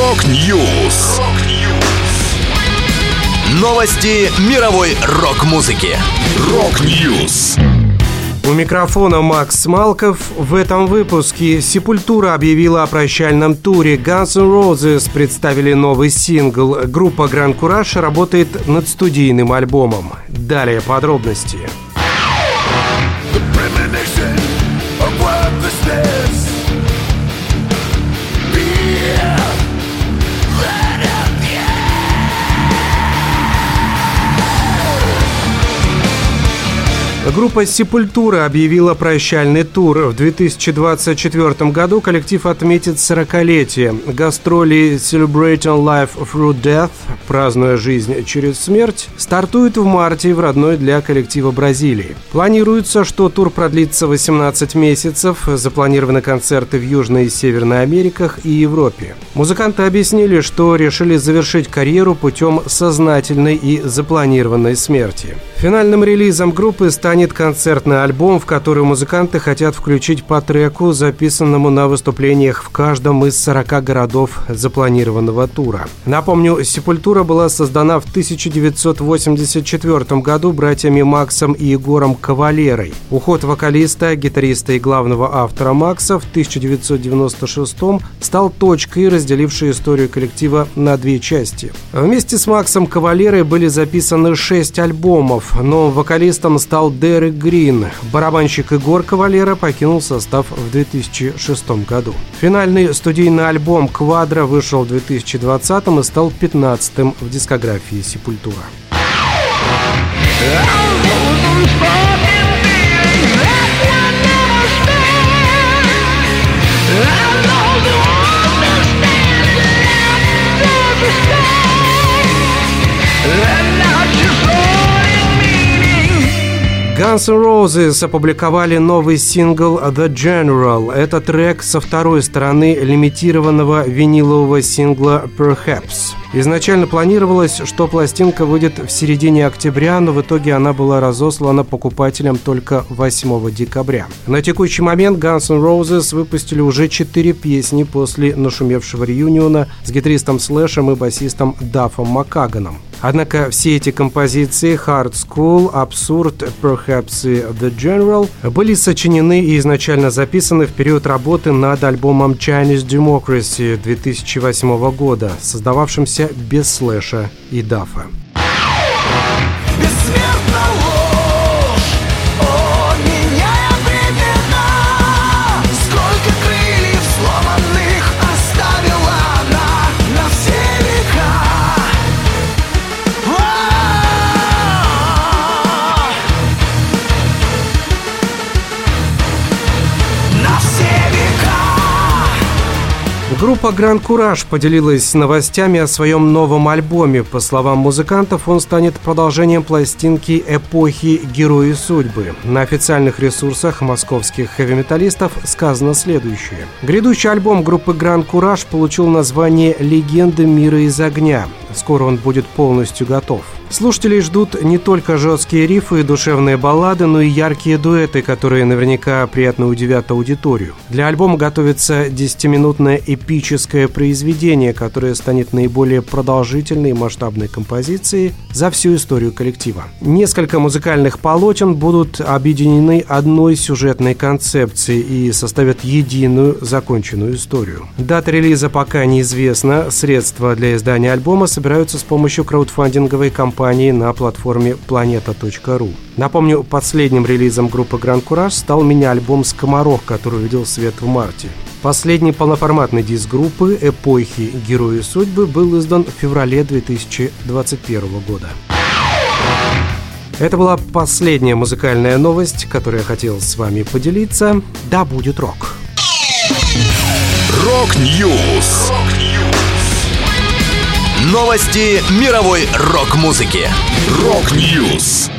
Рок-Ньюс. Новости мировой рок-музыки. Рок-Ньюс. У микрофона Макс Малков. В этом выпуске Sepultura объявила о прощальном туре. Guns N' Roses представили новый сингл. Группа Grand Courage работает над студийным альбомом. Далее подробности. Группа Sepultura объявила прощальный тур. В 2024 году коллектив отметит 40-летие. Гастроли Celebrating Life Through Death, празднуя жизнь через смерть, стартуют в марте в родной для коллектива Бразилии. Планируется, что тур продлится 18 месяцев. Запланированы концерты в Южной и Северной Америках и Европе. Музыканты объяснили, что решили завершить карьеру путем сознательной и запланированной смерти. Финальным релизом группы станет концертный альбом, в который музыканты хотят включить по треку, записанному на выступлениях в каждом из 40 городов запланированного тура. Напомню, Sepultura была создана в 1984 году братьями Максом и Егором Кавалерой. Уход вокалиста, гитариста и главного автора Макса в 1996 стал точкой, разделившей историю коллектива на две части. Вместе с Максом Кавалерой были записаны 6 альбомов. Новым вокалистом стал Дерек Грин. Барабанщик Егор Кавалера покинул состав в 2006 году. Финальный студийный альбом «Квадро» вышел в 2020 и стал 15-м в дискографии Sepultura. Guns N' Roses опубликовали новый сингл «The General». Это трек со второй стороны лимитированного винилового сингла «Perhaps». Изначально планировалось, что пластинка выйдет в середине октября, но в итоге она была разослана покупателям только 8 декабря. На текущий момент Guns N' Roses выпустили уже 4 песни после нашумевшего реюниона с гитаристом Слэшем и басистом Даффом Маккаганом. Однако все эти композиции «Hard School», «Absurd», «Perhaps» и «The General» были сочинены и изначально записаны в период работы над альбомом «Chinese Democracy» 2008 года, создававшимся без Слэша и Даффа. Группа Grand Courage поделилась новостями о своем новом альбоме. По словам музыкантов, он станет продолжением пластинки эпохи «Герои судьбы». На официальных ресурсах московских хэви-металлистов сказано следующее. Грядущий альбом группы Grand Courage получил название «Легенды мира из огня». Скоро он будет полностью готов. Слушателей ждут не только жесткие рифы и душевные баллады, но и яркие дуэты, которые наверняка приятно удивят аудиторию. Для альбома готовится 10-минутное эпическое произведение, которое станет наиболее продолжительной и масштабной композицией за всю историю коллектива. Несколько музыкальных полотен будут объединены одной сюжетной концепцией и составят единую законченную историю. Дата релиза пока неизвестна. Средства для издания альбома собираются с помощью краудфандинговой кампании на платформе planeta.ru. Напомню, последним релизом группы Grand Courage стал мини-альбом «Скоморох», который увидел свет в марте. Последний полноформатный диск группы эпохи «Герои судьбы» был издан в феврале 2021 года. Это была последняя музыкальная новость, которую я хотел с вами поделиться. Да будет рок! Рок-Ньюс. Новости мировой рок-музыки. Рок-Ньюс.